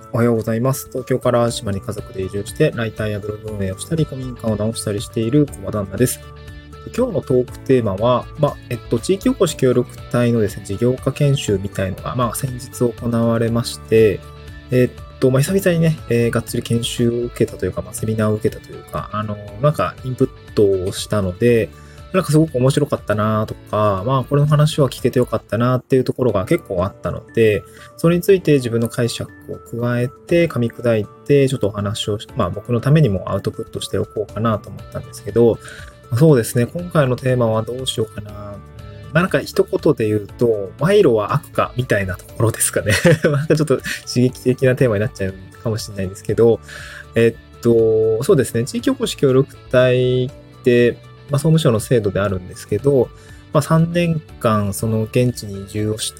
おはようございます。東京から島に家族で移住して、ライターやブログ運営をしたり、古民家を直したりしている駒旦那です。今日のトークテーマは、地域おこし協力隊のですね、事業家研修みたいのが、先日行われまして、久々にね、がっつり研修を受けたというか、セミナーを受けたというか、インプットをしたので、すごく面白かったなとか、これの話は聞けてよかったなっていうところが結構あったので、それについて自分の解釈を加えて噛み砕いて、ちょっとお話を、僕のためにもアウトプットしておこうかなと思ったんですけど、そうですね、今回のテーマはどうしようかな。一言で言うと、賄賂は悪かみたいなところですかね。ちょっと刺激的なテーマになっちゃうかもしれないんですけど、そうですね、地域おこし協力隊って、総務省の制度であるんですけど、3年間その現地に移住をして、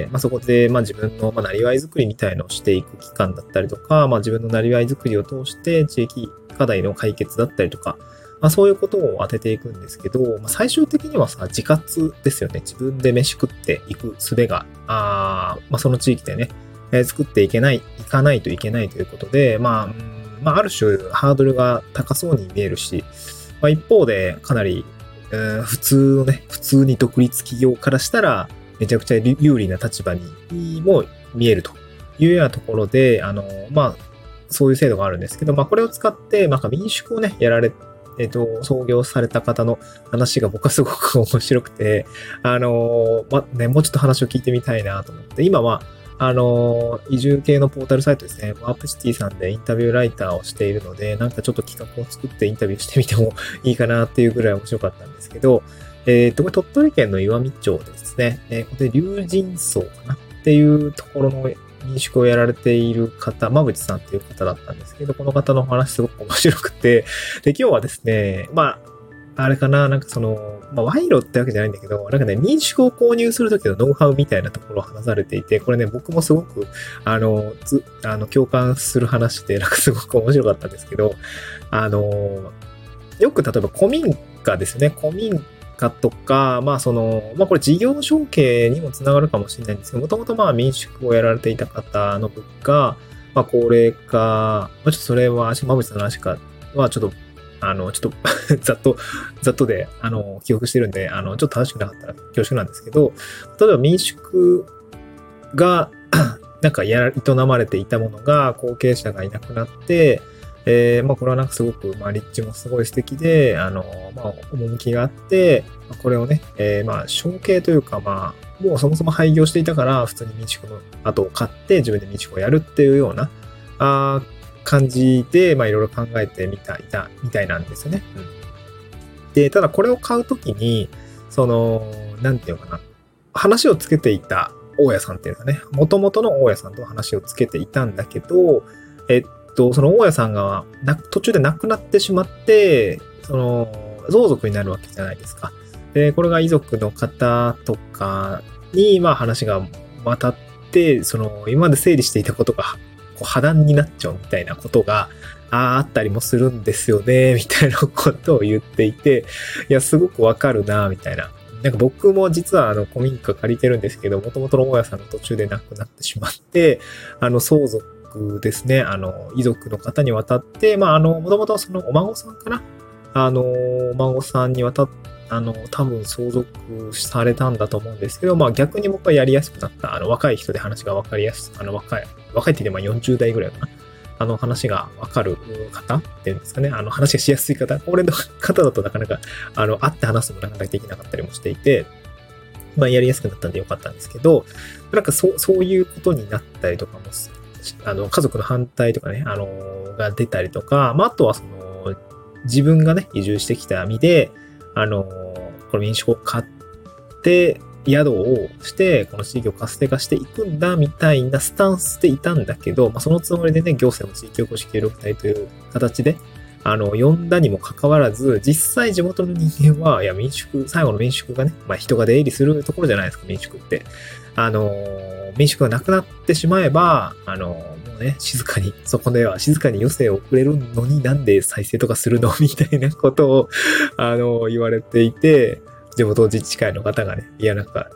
そこで自分のなりわい作りみたいのをしていく期間だったりとか、自分のなりわい作りを通して地域課題の解決だったりとか、そういうことを当てていくんですけど、最終的には自活ですよね。自分で飯食っていく術が、その地域でね、作っていかないといけないということで、ある種ハードルが高そうに見えるし、一方でかなり、普通に独立企業からしたらめちゃくちゃ有利な立場にも見えるというようなところで、そういう制度があるんですけど、これを使って民宿をね、やられ創業された方の話が僕はすごく面白くて、もうちょっと話を聞いてみたいなと思って、今は移住系のポータルサイトですね、ワープシティさんでインタビューライターをしているので、ちょっと企画を作ってインタビューしてみてもいいかなっていうぐらい面白かったんですけど、これ鳥取県の岩美町ですね、これ龍神荘かなっていうところの民宿をやられている方、馬淵さんっていう方だったんですけど、この方のお話すごく面白くて、で、今日はですね、あれかな、賄賂ってわけじゃないんだけど、民宿を購入するときのノウハウみたいなところを話されていて、これね、僕もすごく、共感する話で、すごく面白かったんですけど、よく例えば古民家ですね、古民家とか、これ事業承継にもつながるかもしれないんですけど、もともと民宿をやられていた方の分が、高齢化、ちょっとそれは、馬淵さんの話かは、ちょっとざっとで、記憶してるんで、ちょっと正しくなかったら恐縮なんですけど、例えば民宿が、営まれていたものが、後継者がいなくなって、これはすごく、立地もすごい素敵で、趣があって、これをね、承継というか、もうそもそも廃業していたから、普通に民宿の後を買って、自分で民宿をやるっていうような、感じで、いろいろ考えてみたいなんですよね。で、ただこれを買うときに、話をつけていた大家さんっていうのはね、元々の大家さんと話をつけていたんだけど、その大家さんが途中で亡くなってしまって、相続になるわけじゃないですか。で、これが遺族の方とかに、話が渡って、今まで整理していたことが、破談になっちゃうみたいなことがあったりもするんですよね、みたいなことを言っていて、いや、すごくわかるな、みたいな。僕も実は古民家借りてるんですけど、元々の大家さんが途中で亡くなってしまって、相続ですね、遺族の方に渡って、もともとそのお孫さんかな、お孫さんに渡って、多分相続されたんだと思うんですけど、逆に僕はやりやすくなった。若い人で話が分かりやすい、若いって言って40代ぐらいかな。話が分かる方っていうんですかね。話がしやすい方。俺の方だとなかなか、会って話すのもなかなかできなかったりもしていて、やりやすくなったんでよかったんですけど、そういうことになったりとかも、家族の反対とかね、が出たりとか、あとは自分がね、移住してきた身で、この民宿を買って、宿をして、この地域を活性化していくんだ、みたいなスタンスでいたんだけど、そのつもりでね、行政の地域おこし協力隊という形で、呼んだにもかかわらず、実際地元の人間は、いや、最後の民宿がね、人が出入りするところじゃないですか、民宿って。民宿がなくなってしまえば、もうね、そこでは静かに余生を送れるのになんで再生とかするのみたいなことを、言われていて、地元自治会の方がね、いや、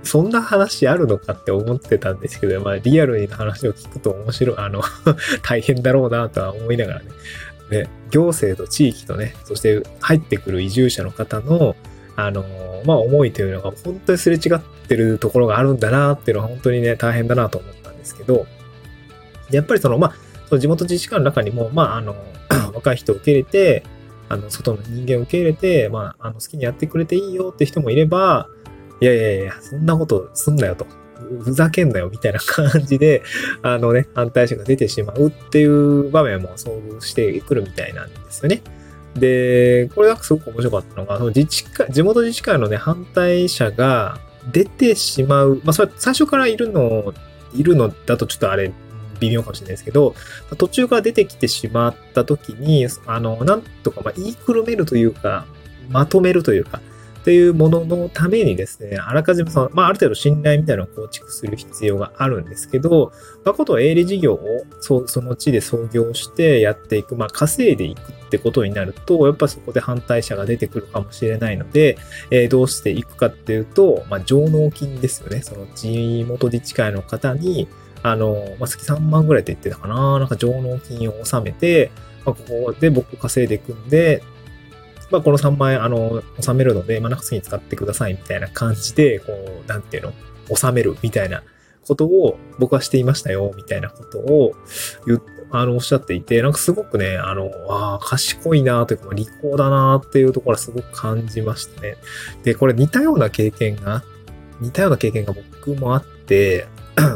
そんな話あるのかって思ってたんですけど、まあリアルに話を聞くと面白い、大変だろうなとは思いながらね。ね、行政と地域とね、そして入ってくる移住者の方の、まあ思いというのが本当にすれ違ってるところがあるんだなっていうのは本当にね、大変だなと思ったんですけど、やっぱりその地元自治会の中にも、若い人を受け入れて、外の人間を受け入れて、好きにやってくれていいよって人もいれば、いやいやいや、そんなことすんなよと。ふざけんなよみたいな感じで、反対者が出てしまうっていう場面も遭遇してくるみたいなんですよね。で、これがすごく面白かったのが、地元自治会のね、反対者が出てしまう。それ最初からいるのだとちょっとあれ、微妙かもしれないですけど、途中から出てきてしまった時に、なんとか、言いくるめるというか、まとめるというか、っていうもののためにですね、あらかじめある程度信頼みたいなのを構築する必要があるんですけど、ことは営利事業をその地で創業してやっていく、稼いでいくってことになると、やっぱそこで反対者が出てくるかもしれないので、どうしていくかっていうと、上納金ですよね。その地元自治会の方に、月3万ぐらいって言ってたかな。なんか上納金を納めて、ここで僕稼いでいくんで、この3万円、納めるので、次に使ってくださいみたいな感じで、納めるみたいなことを僕はしていましたよ、みたいなことをおっしゃっていて、なんかすごくね、賢いなというか、利口だなっていうところはすごく感じましたね。で、これ似たような経験が僕もあって、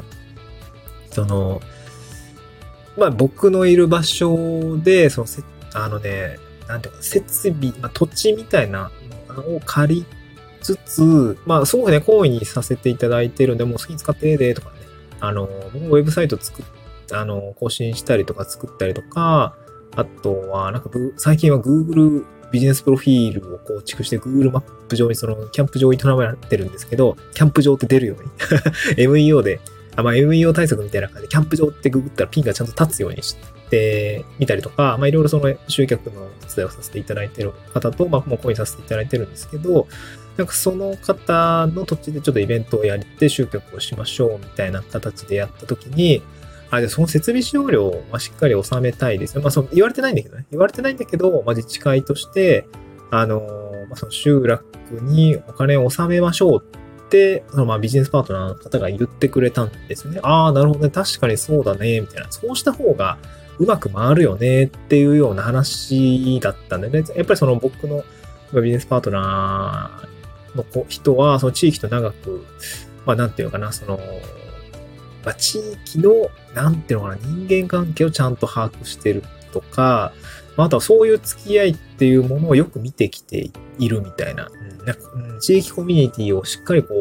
僕のいる場所で、なんていうか、設備、土地みたいなのを借りつつ、すごくね、好意にさせていただいてるんで、もう好きに使ってで、とかね、僕もウェブサイト更新したりとか作ったりとか、あとは、最近は Google ビジネスプロフィールを構築して Google マップ上にキャンプ場に捉めてるんですけど、キャンプ場って出るように、MEO で、MEO 対策みたいな感じで、キャンプ場ってググったらピンがちゃんと立つようにしてみたりとか、いろいろ集客の手伝いをさせていただいている方と、もう講演させていただいてるんですけど、その方の土地でちょっとイベントをやって集客をしましょうみたいな形でやったときに、じゃあその設備使用料はしっかり納めたいですね。言われてないんだけどね。言われてないんだけど、自治会として、その集落にお金を納めましょうって、ビジネスパートナーの方が言ってくれたんですよね。なるほどね。確かにそうだね。みたいな。そうした方がうまく回るよねっていうような話だったんでね。やっぱり僕のビジネスパートナーの人は、その地域と長く、なんていうのかな、地域の、なんていうのかな、人間関係をちゃんと把握してるとか、あとはそういう付き合いっていうものをよく見てきているみたいな。地域コミュニティをしっかり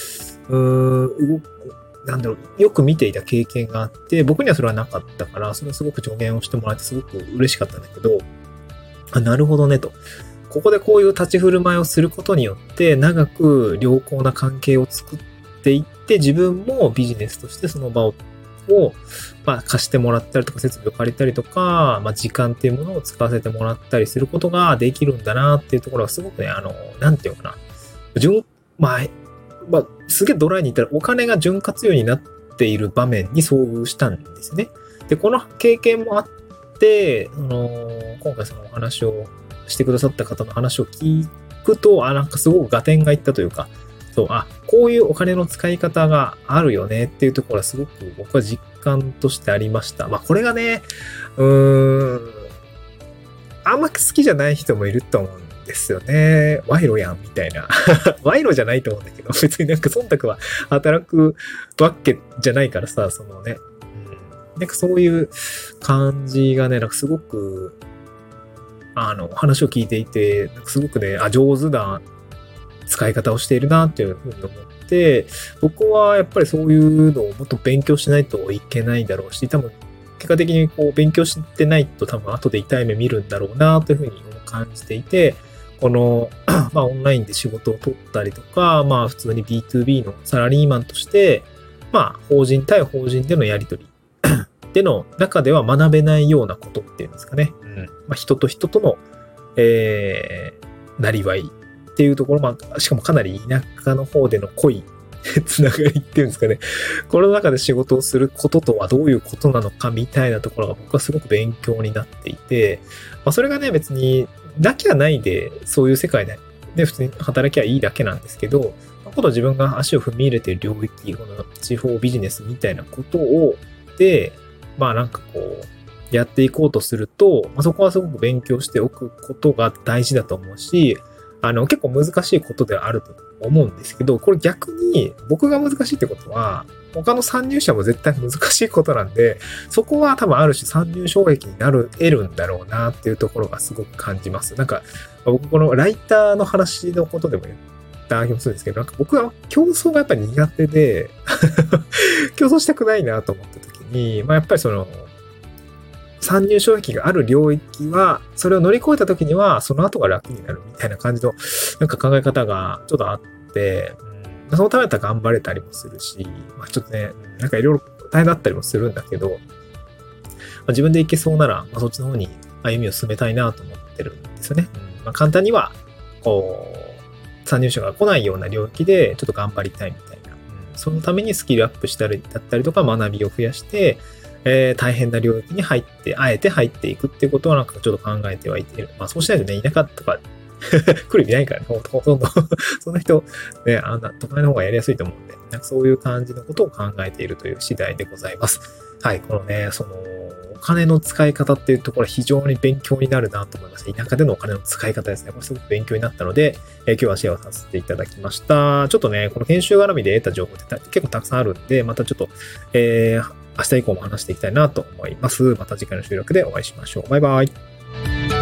よく見ていた経験があって、僕にはそれはなかったから、それをすごく助言をしてもらってすごく嬉しかったんだけど、なるほどねと。ここでこういう立ち振る舞いをすることによって、長く良好な関係を作っていって、自分もビジネスとしてその場を貸してもらったりとか、設備を借りたりとか、時間っていうものを使わせてもらったりすることができるんだなっていうところがすごくね、なんていうのかな。すげえドライに言ったらお金が潤滑油になっている場面に遭遇したんですね。で、この経験もあって、今回そのお話をしてくださった方の話を聞くと、なんかすごく合点がいったというか、こういうお金の使い方があるよねっていうところはすごく僕は実感としてありました。これがね、あんま好きじゃない人もいると思うんですよね。賄賂やんみたいな。賄賂じゃないと思うんだけど、別に忖度は働くわけじゃないからさ、なんかそういう感じがね、なんかすごく、話を聞いていて、なんかすごくね、上手な使い方をしているなっていうふうに思って、僕はやっぱりそういうのをもっと勉強しないといけないだろうし、多分結果的に勉強してないと多分後で痛い目見るんだろうなというふうに感じていて、このオンラインで仕事を取ったりとか、普通に B2B のサラリーマンとして、法人対法人でのやり取りでの中では学べないようなことっていうんですかね。人と人との、なりわいっていうところ、しかもかなり田舎の方での濃いつながりっていうんですかね。この中で仕事をすることとはどういうことなのかみたいなところが僕はすごく勉強になっていて、それがね、別になきゃないで、そういう世界で、普通に働きゃいいだけなんですけど、今度自分が足を踏み入れている領域、この地方ビジネスみたいなことを、なんかこう、やっていこうとすると、そこはすごく勉強しておくことが大事だと思うし、結構難しいことではあると思うんですけど、これ逆に僕が難しいってことは、他の参入者も絶対難しいことなんで、そこは多分ある種参入障壁に得るんだろうなっていうところがすごく感じます。なんか、僕このライターの話のことでも言った気もするんですけど、なんか僕は競争がやっぱり苦手で、競争したくないなと思った時に、やっぱりその、参入障壁がある領域は、それを乗り越えた時には、その後が楽になるみたいな感じの、なんか考え方がちょっとあって、そのためだったら頑張れたりもするし、ちょっとね、なんかいろいろ大変だったりもするんだけど、自分でいけそうなら、そっちの方に歩みを進めたいなと思ってるんですよね。簡単には、こう、参入者が来ないような領域でちょっと頑張りたいみたいな。そのためにスキルアップしたりだったりとか学びを増やして、大変な領域にあえて入っていくっていうことはなんかちょっと考えてはいている。そうしないとね、田舎とか来る意味ないからね、ほとんどそんな人、ね、都会の方がやりやすいと思うんで、なんかそういう感じのことを考えているという次第でございます。はい、このね、お金の使い方っていうところは非常に勉強になるなと思いました。田舎でのお金の使い方ですね。これすごく勉強になったので、今日はシェアをさせていただきました。ちょっとね、この研修絡みで得た情報って結構たくさんあるんで、またちょっと、明日以降も話していきたいなと思います。また次回の収録でお会いしましょう。バイバイ。